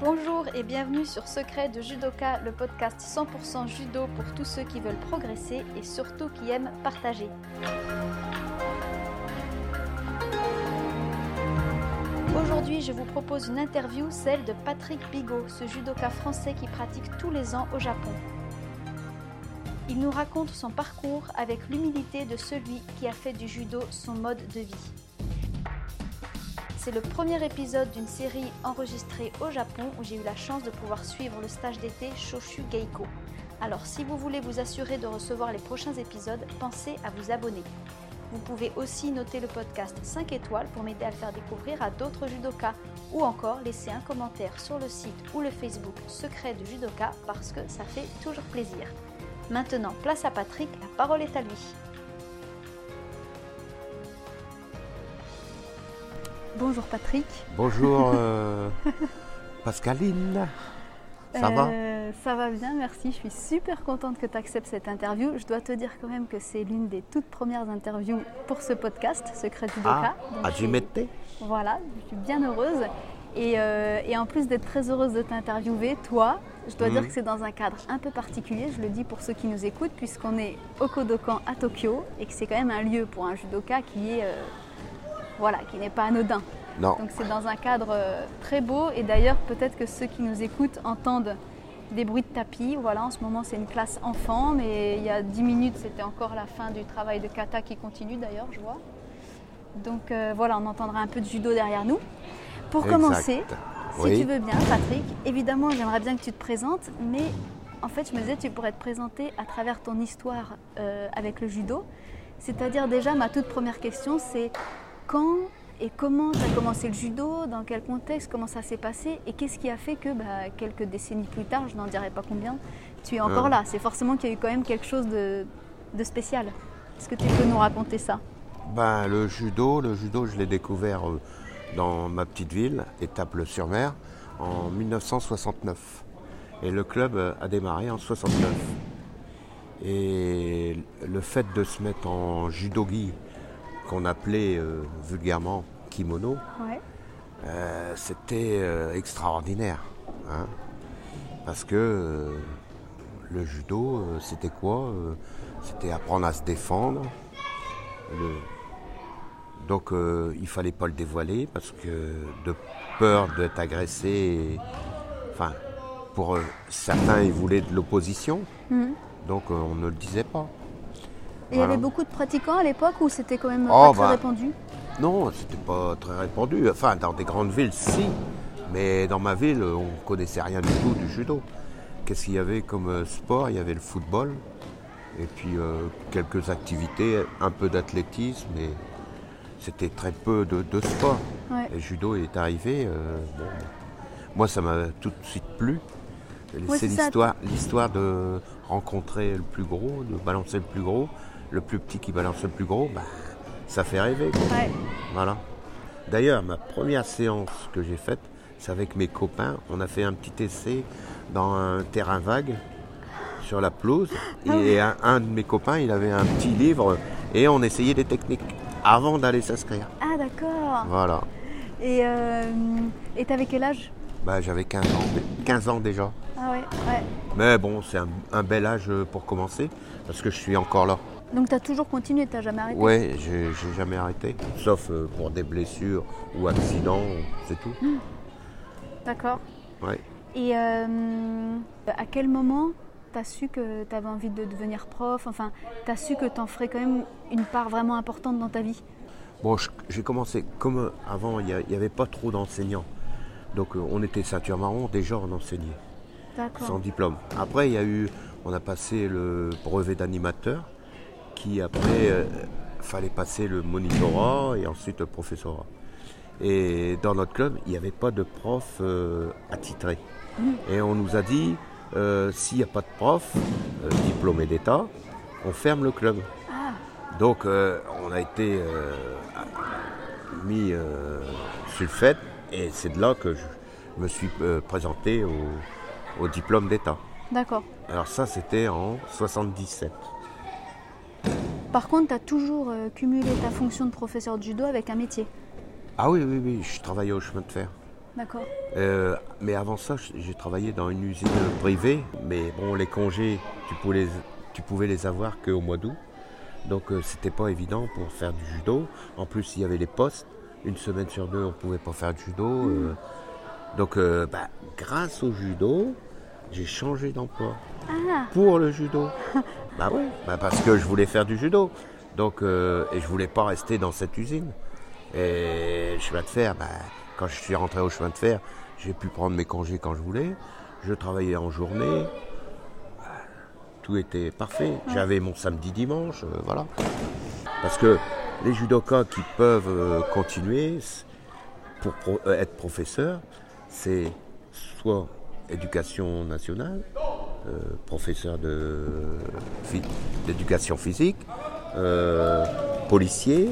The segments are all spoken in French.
Bonjour et bienvenue sur Secret de Judoka, le podcast 100% judo pour tous ceux qui veulent progresser et surtout qui aiment partager. Aujourd'hui, je vous propose une interview, celle de Patrick Bigot, ce judoka français qui pratique tous les ans au Japon. Il nous raconte son parcours avec l'humilité de celui qui a fait du judo son mode de vie. C'est le premier épisode d'une série enregistrée au Japon où j'ai eu la chance de pouvoir suivre le stage d'été Shoshu Geiko. Alors si vous voulez vous assurer de recevoir les prochains épisodes, pensez à vous abonner. Vous pouvez aussi noter le podcast 5 étoiles pour m'aider à le faire découvrir à d'autres judokas ou encore laisser un commentaire sur le site ou le Facebook Secret de Judoka parce que ça fait toujours plaisir. Maintenant, place à Patrick, la parole est à lui. Bonjour Patrick. Bonjour Pascaline, ça va? Ça va bien, merci. Je suis super contente que tu acceptes cette interview. Je dois te dire quand même que c'est l'une des toutes premières interviews pour ce podcast, Secret Judoka. Ajimete. Voilà, je suis bien heureuse. Et en plus d'être très heureuse de t'interviewer, toi, je dois dire que c'est dans un cadre un peu particulier, je le dis pour ceux qui nous écoutent, puisqu'on est au Kodokan à Tokyo et que c'est quand même un lieu pour un judoka qui est... qui n'est pas anodin. Non. Donc c'est dans un cadre très beau et d'ailleurs peut-être que ceux qui nous écoutent entendent des bruits de tapis. Voilà, en ce moment c'est une classe enfant, mais il y a 10 minutes c'était encore la fin du travail de kata qui continue d'ailleurs, je vois. Donc on entendra un peu de judo derrière nous. Pour commencer, si tu veux bien Patrick, évidemment j'aimerais bien que tu te présentes, mais en fait je me disais tu pourrais te présenter à travers ton histoire avec le judo. C'est-à-dire déjà ma toute première question c'est quand et comment tu as commencé le judo, dans quel contexte, comment ça s'est passé et qu'est-ce qui a fait que quelques décennies plus tard, je n'en dirai pas combien, tu es encore là. C'est forcément qu'il y a eu quand même quelque chose de spécial. Est-ce que tu peux nous raconter ça? Le judo, je l'ai découvert dans ma petite ville, Étaples-sur-Mer, en 1969. Et le club a démarré en 69. Et le fait de se mettre en judogi, qu'on appelait vulgairement kimono, c'était extraordinaire. Hein, parce que le judo, c'était quoi? C'était apprendre à se défendre. Donc il ne fallait pas le dévoiler parce que de peur d'être agressé, pour certains ils voulaient de l'opposition, donc on ne le disait pas. Et il y avait beaucoup de pratiquants à l'époque ou c'était quand même pas très répandu? Non, c'était pas très répandu. Enfin, dans des grandes villes, si. Mais dans ma ville, on ne connaissait rien du tout du judo. Qu'est-ce qu'il y avait comme sport? Il y avait le football. Et puis quelques activités, un peu d'athlétisme. Mais c'était très peu de sport. Ouais. Et le judo est arrivé. Moi, ça m'a tout de suite plu. C'est l'histoire de rencontrer le plus gros, de balancer le plus gros. Le plus petit qui balance le plus gros, ça fait rêver. Ouais. Voilà. D'ailleurs, ma première séance que j'ai faite, c'est avec mes copains. On a fait un petit essai dans un terrain vague sur la pelouse. Et un de mes copains, il avait un petit livre et on essayait des techniques avant d'aller s'inscrire. Ah d'accord. Voilà. Et t'avais quel âge? J'avais 15 ans. 15 ans déjà. Ah ouais. Mais bon, c'est un bel âge pour commencer parce que je suis encore là. Donc tu as toujours continué, tu n'as jamais arrêté? Oui, j'ai jamais arrêté, sauf pour des blessures ou accidents, c'est tout. D'accord. Ouais. Et à quel moment tu as su que tu avais envie de devenir prof? Enfin, tu as su que tu en ferais quand même une part vraiment importante dans ta vie? Bon, j'ai commencé, comme avant, il n'y avait pas trop d'enseignants. Donc on était ceinture marron, déjà on enseignait. D'accord. Sans diplôme. Après, on a passé le brevet d'animateur. Qui après, fallait passer le monitorat et ensuite le professorat. Et dans notre club, il n'y avait pas de prof attitré. Et on nous a dit, s'il n'y a pas de prof diplômé d'État, on ferme le club. Ah. Donc on a été mis sur le fait et c'est de là que je me suis présenté au diplôme d'État. D'accord. Alors ça, c'était en 77. Par contre, tu as toujours cumulé ta fonction de professeur de judo avec un métier? Ah oui, je travaillais au chemin de fer. D'accord. Mais avant ça, j'ai travaillé dans une usine privée. Mais bon, les congés, tu pouvais les avoir qu'au mois d'août. Donc c'était pas évident pour faire du judo. En plus, il y avait les postes. Une semaine sur deux, on pouvait pas faire de judo. Donc grâce au judo, j'ai changé d'emploi pour le judo. Bah oui, parce que je voulais faire du judo. Donc, et je voulais pas rester dans cette usine. Et le chemin de fer, quand je suis rentré au chemin de fer, j'ai pu prendre mes congés quand je voulais. Je travaillais en journée. Tout était parfait. Ouais. J'avais mon samedi, dimanche, voilà. Parce que les judokas qui peuvent continuer pour être professeurs, c'est soit éducation nationale, professeur d'éducation physique, policier,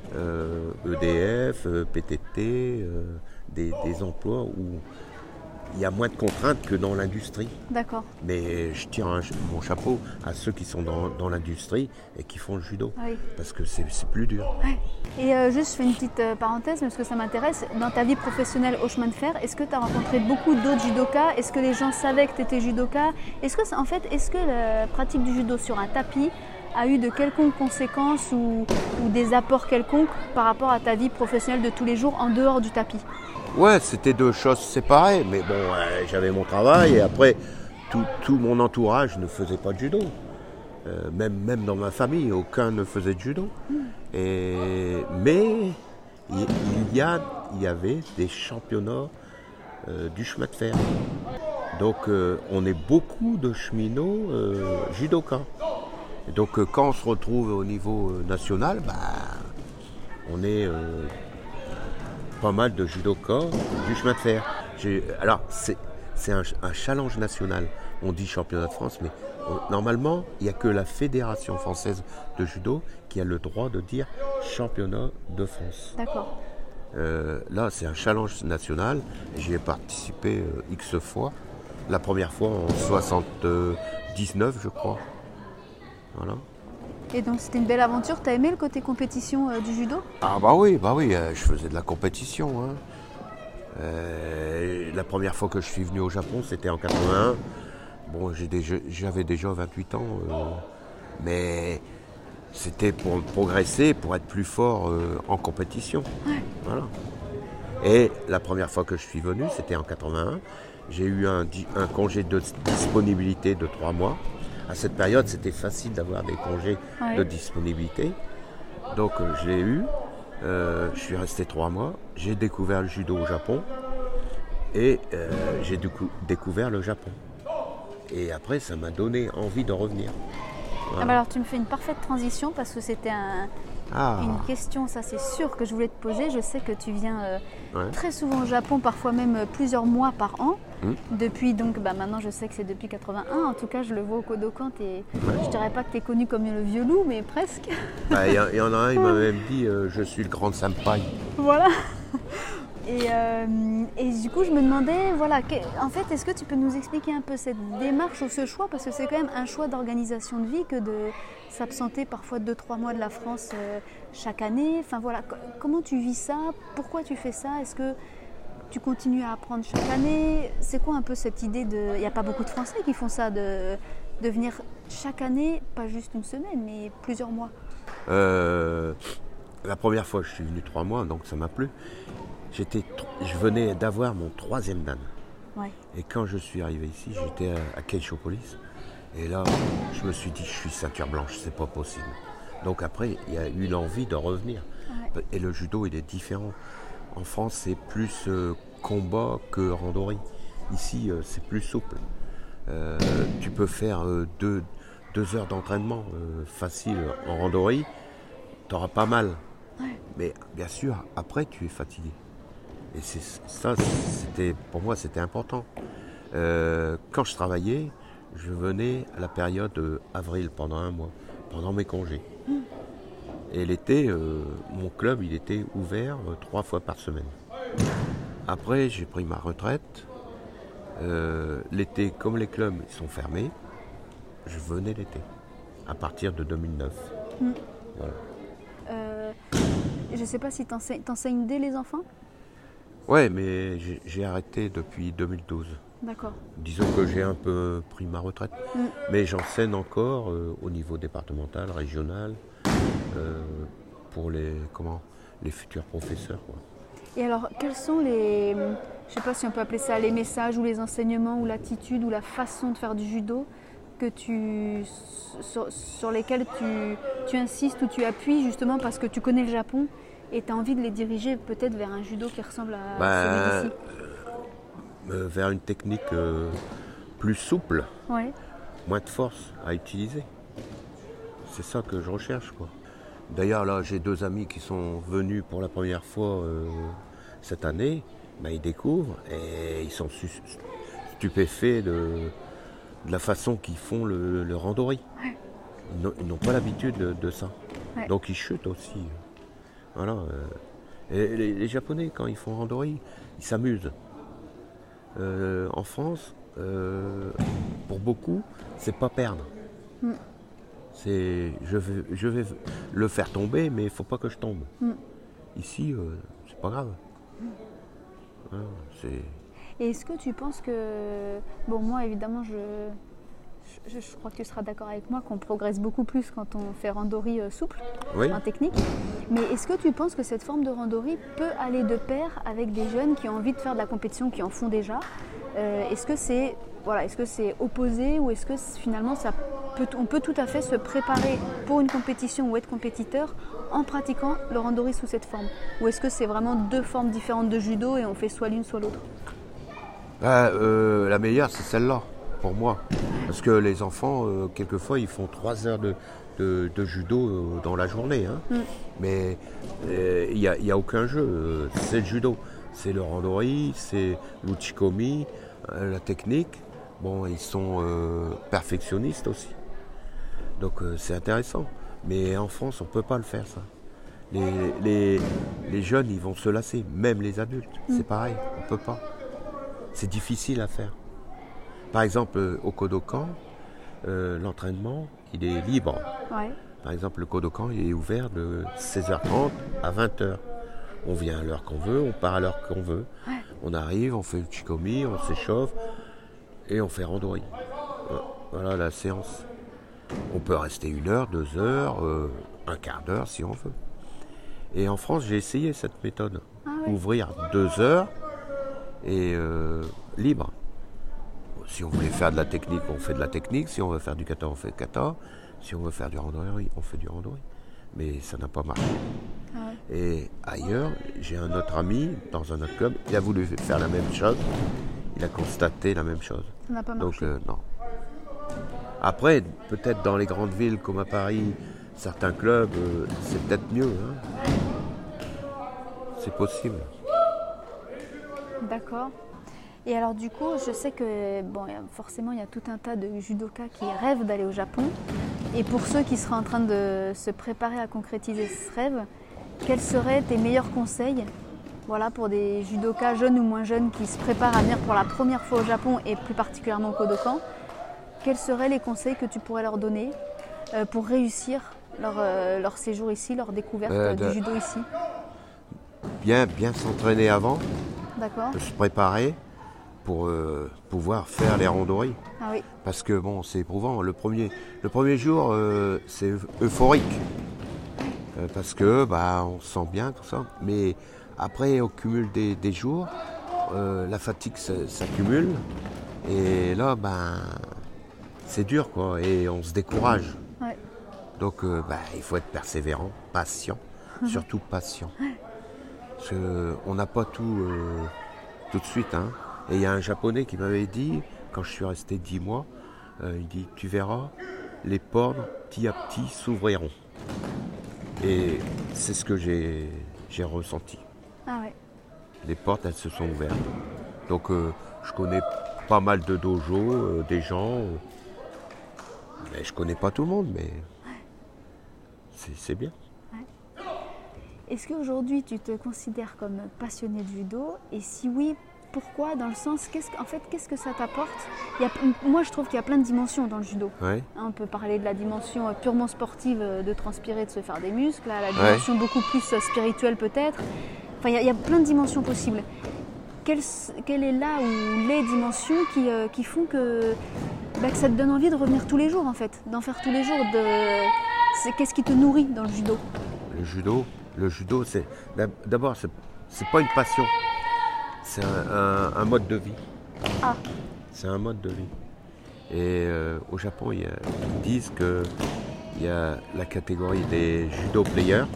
EDF, PTT, des emplois où il y a moins de contraintes que dans l'industrie. D'accord. Mais je tire mon chapeau à ceux qui sont dans l'industrie et qui font le judo. Oui. Parce que c'est plus dur. Ouais. Et juste, je fais une petite parenthèse parce que ça m'intéresse. Dans ta vie professionnelle au chemin de fer, est-ce que tu as rencontré beaucoup d'autres judokas? Est-ce que les gens savaient que tu étais judoka? Est-ce que la pratique du judo sur un tapis a eu de quelconques conséquences ou des apports quelconques par rapport à ta vie professionnelle de tous les jours en dehors du tapis? Ouais, c'était deux choses séparées, mais bon, j'avais mon travail et après, tout mon entourage ne faisait pas de judo. Même dans ma famille, aucun ne faisait de judo. Mais il y avait des championnats du chemin de fer. Donc on est beaucoup de cheminots judokas. Et donc quand on se retrouve au niveau national, on est pas mal de judokas du chemin de fer. Alors c'est un challenge national. On dit championnat de France, mais normalement, il n'y a que la Fédération française de judo qui a le droit de dire championnat de France. D'accord. Là, c'est un challenge national. J'y ai participé X fois. La première fois en 79, je crois. Voilà. Et donc c'était une belle aventure. T'as aimé le côté compétition du judo? Ah oui, je faisais de la compétition. Hein. La première fois que je suis venu au Japon, c'était en 81. Bon, j'avais déjà 28 ans, mais c'était pour progresser, pour être plus fort en compétition. Ouais. Voilà. Et la première fois que je suis venu, c'était en 81. J'ai eu un congé de disponibilité de 3 mois. À cette période, c'était facile d'avoir des congés de disponibilité. Donc, je l'ai eu. Je suis resté 3 mois. J'ai découvert le judo au Japon. Et j'ai découvert le Japon. Et après, ça m'a donné envie de revenir. Voilà. Alors, tu me fais une parfaite transition parce que c'était une question, ça c'est sûr, que je voulais te poser. Je sais que tu viens très souvent au Japon, parfois même plusieurs mois par an. Depuis, donc, maintenant je sais que c'est depuis 81. En tout cas, je le vois au Kodokan. Je dirais pas que tu es connu comme le vieux loup, mais presque. Il y en a un, il m'a même dit je suis le grand senpai. Voilà. Et du coup, je me demandais, en fait, est-ce que tu peux nous expliquer un peu cette démarche ou ce choix? Parce que c'est quand même un choix d'organisation de vie que de s'absenter parfois 2-3 mois de la France chaque année. Enfin voilà, comment tu vis ça? Pourquoi tu fais ça? Est-ce que tu continues à apprendre chaque année? C'est quoi un peu cette idée de... Il n'y a pas beaucoup de Français qui font ça, de venir chaque année, pas juste une semaine, mais plusieurs mois. La première fois, je suis venu 3 mois, donc ça m'a plu. Je venais d'avoir mon 3e dan. Ouais. Et quand je suis arrivé ici, j'étais à Keishopolis. Et là, je me suis dit, je suis ceinture blanche, c'est pas possible. Donc après, il y a eu l'envie de revenir. Ouais. Et le judo, il est différent. En France, c'est plus combat que randori. Ici, c'est plus souple. Tu peux faire 2 heures d'entraînement facile en randori. Tu auras pas mal. Ouais. Mais bien sûr, après, tu es fatigué. Et pour moi, c'était important. Quand je travaillais, je venais à la période avril, pendant 1 mois, pendant mes congés. Et l'été, mon club, il était ouvert 3 fois par semaine. Après, j'ai pris ma retraite. L'été, comme les clubs sont fermés, je venais l'été, à partir de 2009. Voilà. Je ne sais pas si t'enseignes dès les enfants? Ouais, mais j'ai arrêté depuis 2012. D'accord. Disons que j'ai un peu pris ma retraite. Mais j'enseigne encore au niveau départemental, régional, euh, pour les futurs professeurs, quoi. Et alors, quels sont les, je sais pas si on peut appeler ça les messages ou les enseignements ou l'attitude ou la façon de faire du judo sur lesquels tu insistes ou tu appuies justement parce que tu connais le Japon et tu as envie de les diriger peut-être vers un judo qui ressemble à celui d'ici? Vers une technique plus souple, Ouais. moins de force à utiliser. C'est ça que je recherche, quoi. D'ailleurs, là, j'ai 2 amis qui sont venus pour la première fois cette année. Ben, ils découvrent et ils sont stupéfaits de la façon qu'ils font le randori. Ouais. Ils n'ont pas l'habitude de ça. Ouais. Donc ils chutent aussi. Voilà. Et les Japonais, quand ils font randori, ils s'amusent. En France, pour beaucoup, c'est pas perdre. C'est je vais le faire tomber, mais il faut pas que je tombe. Ici, c'est pas grave. Voilà, Et est-ce que tu penses que... Bon, moi, évidemment, je crois que tu seras d'accord avec moi qu'on progresse beaucoup plus quand on fait randori souple, oui. en technique. Mais est-ce que tu penses que cette forme de randori peut aller de pair avec des jeunes qui ont envie de faire de la compétition, qui en font déjà? Est-ce que c'est opposé ou est-ce que finalement on peut tout à fait se préparer pour une compétition ou être compétiteur en pratiquant le randori sous cette forme? Ou est-ce que c'est vraiment 2 formes différentes de judo et on fait soit l'une soit l'autre? La meilleure, c'est celle-là, pour moi. Parce que les enfants, quelquefois, ils font 3 heures de judo dans la journée. Hein. Mais il n'y a aucun jeu. C'est le judo. C'est le randori, c'est l'uchikomi, la technique. Bon, ils sont perfectionnistes aussi. Donc c'est intéressant. Mais en France, on ne peut pas le faire, ça. Les jeunes, ils vont se lasser. Même les adultes, c'est pareil. On ne peut pas. C'est difficile à faire. Par exemple, au Kodokan, l'entraînement, il est libre. Ouais. Par exemple, le Kodokan, il est ouvert de 16h30 à 20h. On vient à l'heure qu'on veut, on part à l'heure qu'on veut. Ouais. On arrive, on fait le chikomi, on s'échauffe et on fait randori. Voilà la séance. On peut rester 1 heure, 2 heures, un quart d'heure si on veut. Et en France, j'ai essayé cette méthode. Ouais. Ouvrir 2 heures et libre. Si on voulait faire de la technique, on fait de la technique. Si on veut faire du kata, on fait du kata. Si on veut faire du randori, on fait du randori. Mais ça n'a pas marché. Ouais. Et ailleurs, j'ai un autre ami dans un autre club, il a voulu faire la même chose. Il a constaté la même chose. Ça n'a pas marché. Donc non. Après, peut-être dans les grandes villes comme à Paris, certains clubs, c'est peut-être mieux. Hein. C'est possible. D'accord. Et alors du coup, je sais que forcément il y a tout un tas de judokas qui rêvent d'aller au Japon. Et pour ceux qui seraient en train de se préparer à concrétiser ce rêve, quels seraient tes meilleurs conseils, voilà, pour des judokas jeunes ou moins jeunes qui se préparent à venir pour la première fois au Japon et plus particulièrement au Kodokan? Quels seraient les conseils que tu pourrais leur donner pour réussir leur séjour ici, leur découverte du judo ici? Bien s'entraîner avant. D'accord. Se préparer pour pouvoir faire les randori. Ah oui. Parce que bon, c'est éprouvant. Le premier jour, c'est euphorique. Parce que on se sent bien, tout ça. Mais après, au cumul des jours, la fatigue s'accumule. Et là, c'est dur, quoi. Et on se décourage. Ouais. Donc, il faut être persévérant, patient. Surtout patient. Parce qu'on n'a pas tout de suite. Hein. Et il y a un Japonais qui m'avait dit, quand je suis resté 10 mois, il dit, tu verras, les portes petit à petit s'ouvriront. Et c'est ce que j'ai ressenti. Ah ouais. Les portes, elles se sont ouvertes. Donc je connais pas mal de dojos, des gens. Mais je connais pas tout le monde, mais c'est bien. Est-ce qu'aujourd'hui tu te considères comme passionné de judo? Et si oui, pourquoi? Dans le sens, qu'est-ce que ça t'apporte? Moi je trouve qu'il y a plein de dimensions dans le judo. Ouais. On peut parler de la dimension purement sportive de transpirer, de se faire des muscles, à la dimension beaucoup plus spirituelle peut-être. Enfin, il y a plein de dimensions possibles. Quelle est là ou les dimensions qui font que ça te donne envie de revenir tous les jours, en fait, d'en faire tous les jours. Qu'est-ce qui te nourrit dans le judo? Le judo, c'est d'abord, c'est pas une passion, c'est un mode de vie. Ah. C'est un mode de vie. Et au Japon, ils disent qu'il y a la catégorie des judo players,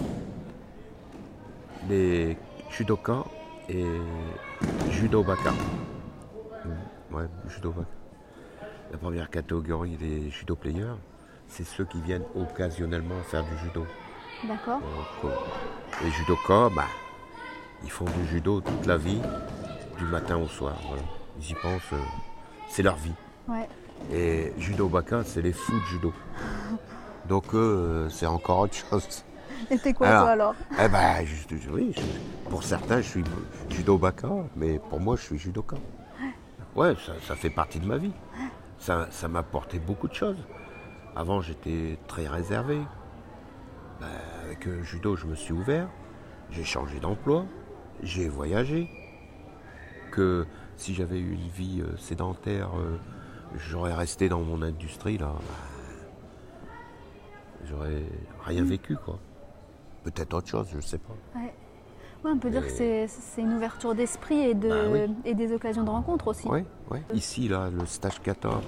des judokas et judobaka. Ouais, judobaka. La première catégorie des judo players, c'est ceux qui viennent occasionnellement faire du judo. D'accord. Donc, les judokas, ils font du judo toute la vie, du matin au soir. Voilà. Ils y pensent, c'est leur vie. Ouais. Et judobaka, c'est les fous de judo. Donc c'est encore autre chose. Et t'es quoi toi alors? Oui, pour certains, je suis judobaka, mais pour moi, je suis judoka. Ouais, ça fait partie de ma vie. Ça m'a apporté beaucoup de choses. Avant, j'étais très réservé. Avec le judo, je me suis ouvert. J'ai changé d'emploi. J'ai voyagé. Que si j'avais eu une vie sédentaire, j'aurais resté dans mon industrie, là. J'aurais rien vécu, quoi. Peut-être autre chose, je ne sais pas. Ouais. Ouais, on peut dire que c'est une ouverture d'esprit et des occasions de rencontre aussi. Oui. Ici, là, le stage kata,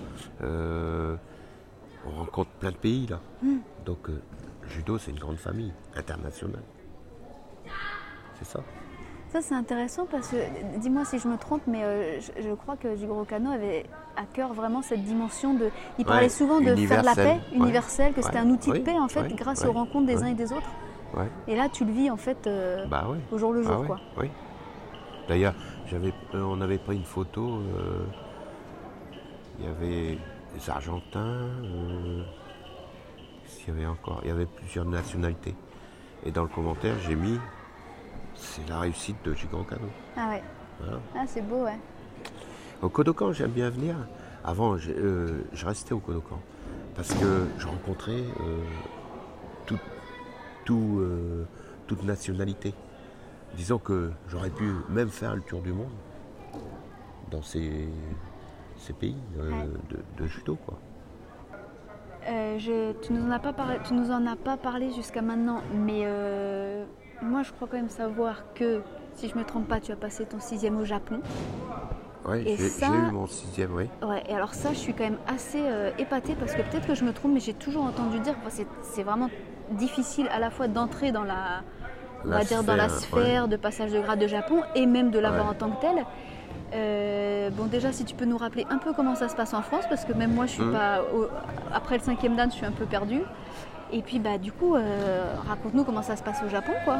on rencontre plein de pays, là. Donc, judo, c'est une grande famille internationale. C'est ça. Ça, c'est intéressant parce que, dis-moi si je me trompe, mais je crois que Jigoro Kano avait à cœur vraiment cette dimension de... Il parlait souvent de faire la paix universelle, que c'était un outil de paix, en fait, grâce aux rencontres des uns et des autres. Ouais. Et là, tu le vis, en fait, au jour le jour, quoi. Oui. D'ailleurs, on avait pris une photo, il y avait des Argentins, il y avait plusieurs nationalités. Et dans le commentaire, j'ai mis... C'est la réussite de Jigoro Kano. Ah ouais. Voilà. Ah, c'est beau, ouais. Au Kodokan, j'aime bien venir. Avant, je restais au Kodokan. Parce que je rencontrais toute nationalité. Disons que j'aurais pu même faire le tour du monde dans ces pays de judo, quoi. Tu nous en as pas parlé jusqu'à maintenant, mais moi je crois quand même savoir que, si je me trompe pas, tu as passé ton 6e au Japon. Oui, j'ai eu mon 6e, oui. Ouais, et alors ça, je suis quand même assez épatée parce que peut-être que je me trompe, mais j'ai toujours entendu dire que c'est vraiment difficile à la fois d'entrer dans la sphère de passage de grade de Japon et même de l'avoir en tant que tel. Déjà, si tu peux nous rappeler un peu comment ça se passe en France, parce que même moi, je suis pas après le 5e dan, je suis un peu perdue. Et puis, du coup, raconte-nous comment ça se passe au Japon, quoi.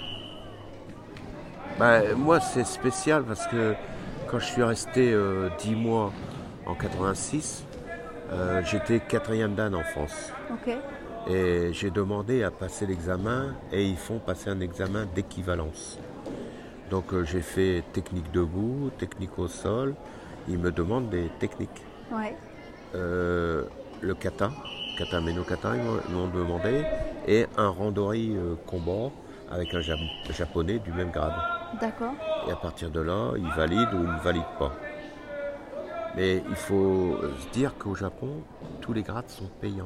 Moi, c'est spécial parce que quand je suis resté 10 mois en 86, j'étais 4e dan en France. Ok. Et j'ai demandé à passer l'examen et ils font passer un examen d'équivalence. Donc j'ai fait technique debout, technique au sol. Ils me demandent des techniques. Ouais. Le kata meno kata, ils m'ont demandé, et un randori combat avec un japonais du même grade. D'accord. Et à partir de là, ils valident ou ils ne valident pas. Mais il faut se dire qu'au Japon, tous les grades sont payants.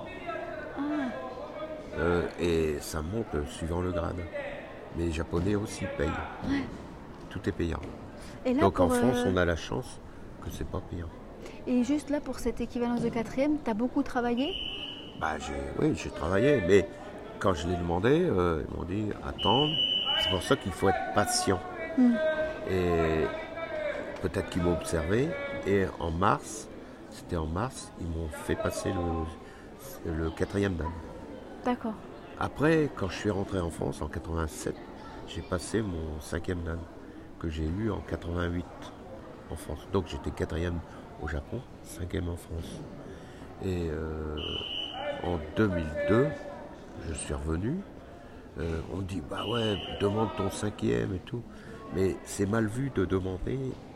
Et ça monte suivant le grade. Mais les Japonais aussi payent. Ouais. Tout est payant. Et là, donc en France, on a la chance que c'est pas payant. Et juste là, pour cette équivalence de 4e, tu as beaucoup travaillé? Oui, j'ai travaillé. Mais quand je l'ai demandé, ils m'ont dit attendre. C'est pour ça qu'il faut être patient. Et peut-être qu'ils m'ont observé. Et en mars, ils m'ont fait passer le 4e dan. D'accord. Après, quand je suis rentré en France en 87, j'ai passé mon 5e dan que j'ai eu en 88 en France. Donc j'étais 4e au Japon, 5e en France. Et en 2002, je suis revenu. On me dit, demande ton 5e et tout. Mais c'est mal vu de demander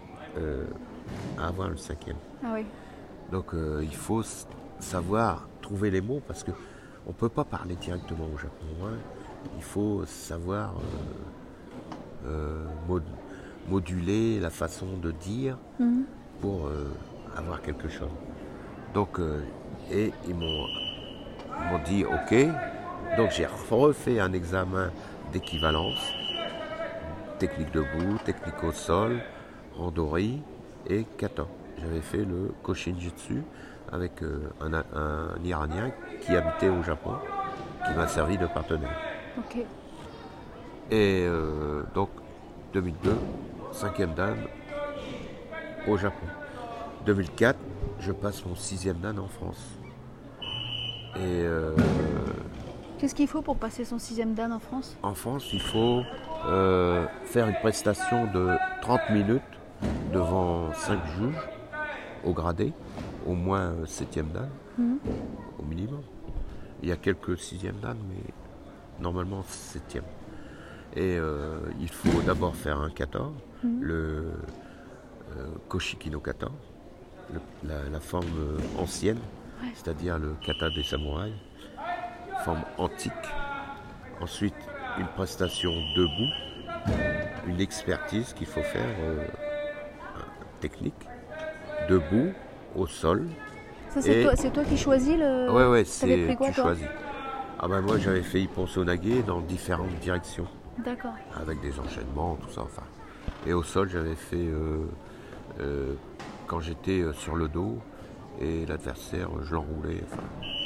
à avoir le 5e. Ah oui. Donc il faut savoir trouver les mots parce que on ne peut pas parler directement au Japon. Il faut savoir moduler la façon de dire pour avoir quelque chose. Donc, et ils m'ont dit OK. Donc j'ai refait un examen d'équivalence, technique debout, technique au sol, randori et kata. J'avais fait le Koshin-Jitsu avec un Iranien qui habitait au Japon, qui m'a servi de partenaire. Ok. Et donc 2002, 5e dan au Japon. 2004, je passe mon 6e dan en France. Et qu'est-ce qu'il faut pour passer son 6e dan en France? en France, il faut faire une prestation de 30 minutes devant 5 juges au gradé, au moins 7e dan, au minimum. Il y a quelques 6e dan, mais normalement 7e. Et il faut d'abord faire un kata, le Koshiki no kata, la forme ancienne, c'est-à-dire le kata des samouraïs, forme antique. Ensuite, une prestation debout, une expertise qu'il faut faire technique, debout, au sol. Ça, c'est toi qui choisis le. Ouais, T'avais pris quoi, tu toi? choisis. Ah ben moi j'avais fait Ippon Nage dans différentes directions, D'accord. avec des enchaînements, tout ça, enfin. Et au sol j'avais fait quand j'étais sur le dos et l'adversaire je l'enroulais, enfin.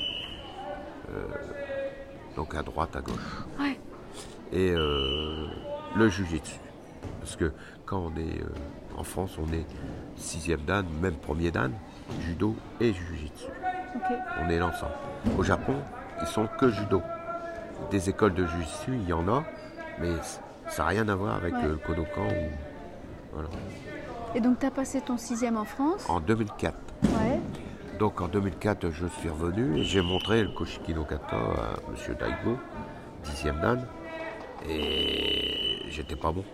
Donc à droite, à gauche. Ouais. Et le jujitsu. Parce que quand on est en France, on est 6e dan, même 1er dan, judo et jujitsu. Ok. On est l'ensemble. Au Japon, ils sont que judo. Des écoles de jujitsu, il y en a, mais ça n'a rien à voir avec le Kodokan. Voilà. Et donc, tu as passé ton 6e en France? En 2004. Ouais. Donc en 2004, je suis revenu et j'ai montré le Koshiki no kata à M. Daigo, 10e dan, et j'étais pas bon.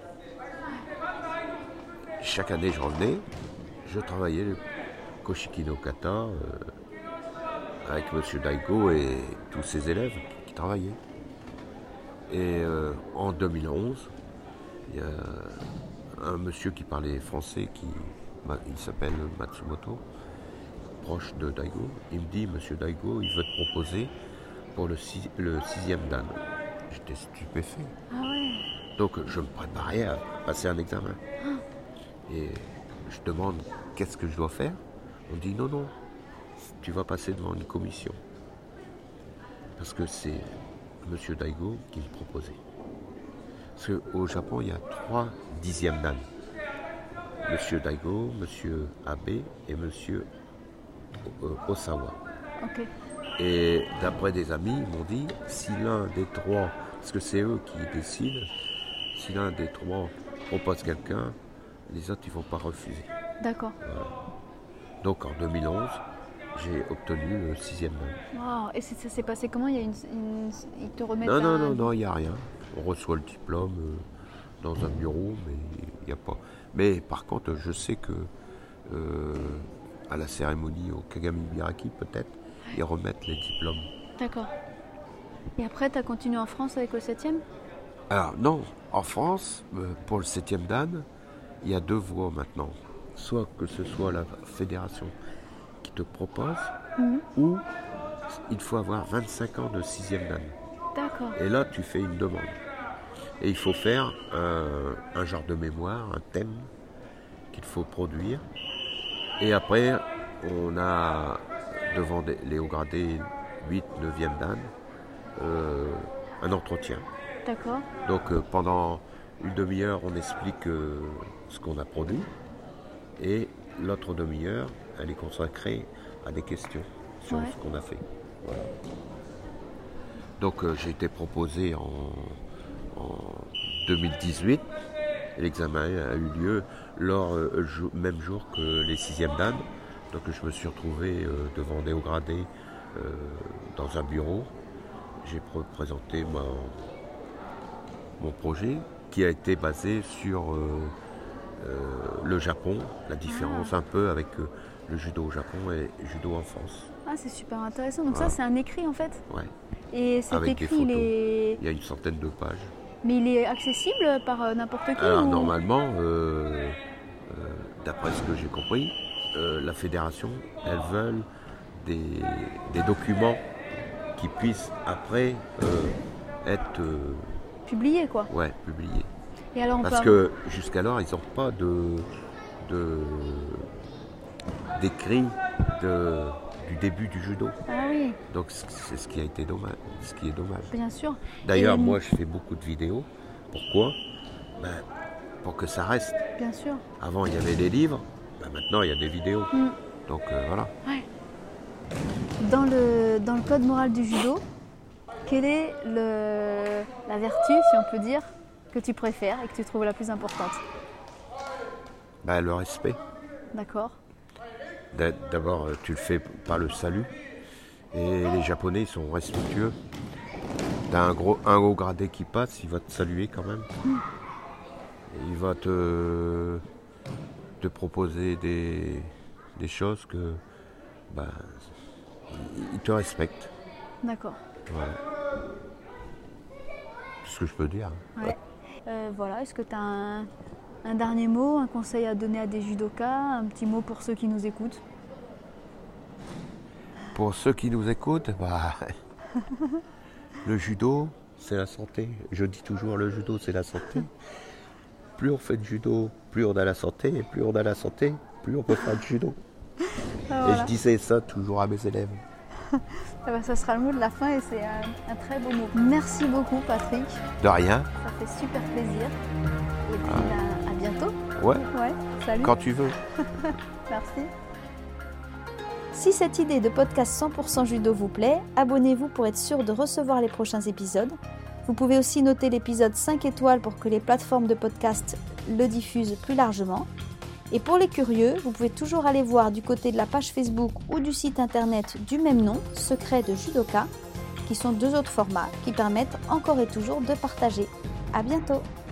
Chaque année, je revenais, je travaillais le Koshiki no kata avec M. Daigo et tous ses élèves qui travaillaient. Et en 2011, il y a un monsieur qui parlait français, il s'appelle Matsumoto, proche de Daigo. Il me dit, Monsieur Daigo, il veut te proposer pour le 6e dan. J'étais stupéfait. Ah ouais. Donc je me préparais à passer un examen. Et je demande qu'est-ce que je dois faire. On dit non, tu vas passer devant une commission. Parce que c'est Monsieur Daigo qui me proposait. Parce qu'au Japon, il y a 3 10e dan. Monsieur Daigo, Monsieur Abe et Monsieur Osawa. Ok. Et d'après des amis, ils m'ont dit, si l'un des 3, parce que c'est eux qui décident, si l'un des 3 propose quelqu'un, les autres ils ne vont pas refuser. D'accord. Voilà. Donc en 2011, j'ai obtenu le 6e dan. Wow. Et ça s'est passé comment? Il y a ils te remettent Non, il n'y a rien. On reçoit le diplôme dans un bureau, mais il n'y a pas. Mais par contre, je sais que à la cérémonie au Kagami Biraki, peut-être, ils remettent les diplômes. D'accord. Et après, tu as continué en France avec le 7e? Alors non, en France, pour le 7e dan, il y a 2 voies maintenant. Soit que ce soit la fédération qui te propose, ou il faut avoir 25 ans de 6e dan. D'accord. Et là, tu fais une demande. Et il faut faire un genre de mémoire, un thème qu'il faut produire. Et après, on a, devant les hauts gradés 8, 9e dan, un entretien. D'accord. Donc pendant une demi-heure, on explique ce qu'on a produit. Et l'autre demi-heure, elle est consacrée à des questions sur ce qu'on a fait. Voilà. Donc j'ai été proposé en 2018. L'examen a eu lieu même jour que les 6e dan. Donc je me suis retrouvé devant des hauts gradés dans un bureau. J'ai présenté mon projet qui a été basé sur le Japon, la différence un peu avec le judo au Japon et le judo en France. Ah, c'est super intéressant. Donc Voilà. ça, c'est un écrit en fait? Ouais. Et cet Avec des écrit, photos. Il y a une centaine de pages. Mais il est accessible par n'importe qui Alors ou... normalement, d'après ce que j'ai compris, la fédération, elles veulent des documents qui puissent après être Publié, quoi. ouais, publiés. Et alors, Parce que jusqu'alors, ils n'ont pas d'écrit du début du judo. Ah oui, Donc c'est ce qui a été dommage, ce qui est dommage. bien sûr. D'ailleurs, Et- moi, je fais beaucoup de vidéos. Pourquoi? Pour que ça reste. Bien sûr. Avant, il y avait des livres. Maintenant, il y a des vidéos. Donc voilà. Ouais. Dans le code moral du judo, quelle est la vertu, si on peut dire, que tu préfères et que tu trouves la plus importante? Le respect. D'accord. D'abord, tu le fais par le salut. Et les Japonais ils sont respectueux. T'as un haut gradé qui passe, il va te saluer quand même. Et il va te proposer des choses que il te respecte. D'accord. Voilà. C'est ce que je peux dire. Ouais. Voilà, est-ce que tu as un dernier mot, un conseil à donner à des judokas, un petit mot pour ceux qui nous écoutent? Pour ceux qui nous écoutent, le judo, c'est la santé. Je dis toujours, le judo, c'est la santé. Plus on fait de judo, plus on a la santé. Et plus on a la santé, plus on peut faire du judo. Ah, voilà. Et je disais ça toujours à mes élèves. Ça sera le mot de la fin et c'est un très beau mot. Merci beaucoup, Patrick. De rien. Ça fait super plaisir. Et puis à bientôt. Ouais, Ouais, salut. quand tu veux. Merci. Si cette idée de podcast 100% judo vous plaît, abonnez-vous pour être sûr de recevoir les prochains épisodes. Vous pouvez aussi noter l'épisode 5 étoiles pour que les plateformes de podcast le diffusent plus largement. Et pour les curieux, vous pouvez toujours aller voir du côté de la page Facebook ou du site internet du même nom, Secrets de Judoka, qui sont deux autres formats qui permettent encore et toujours de partager. À bientôt!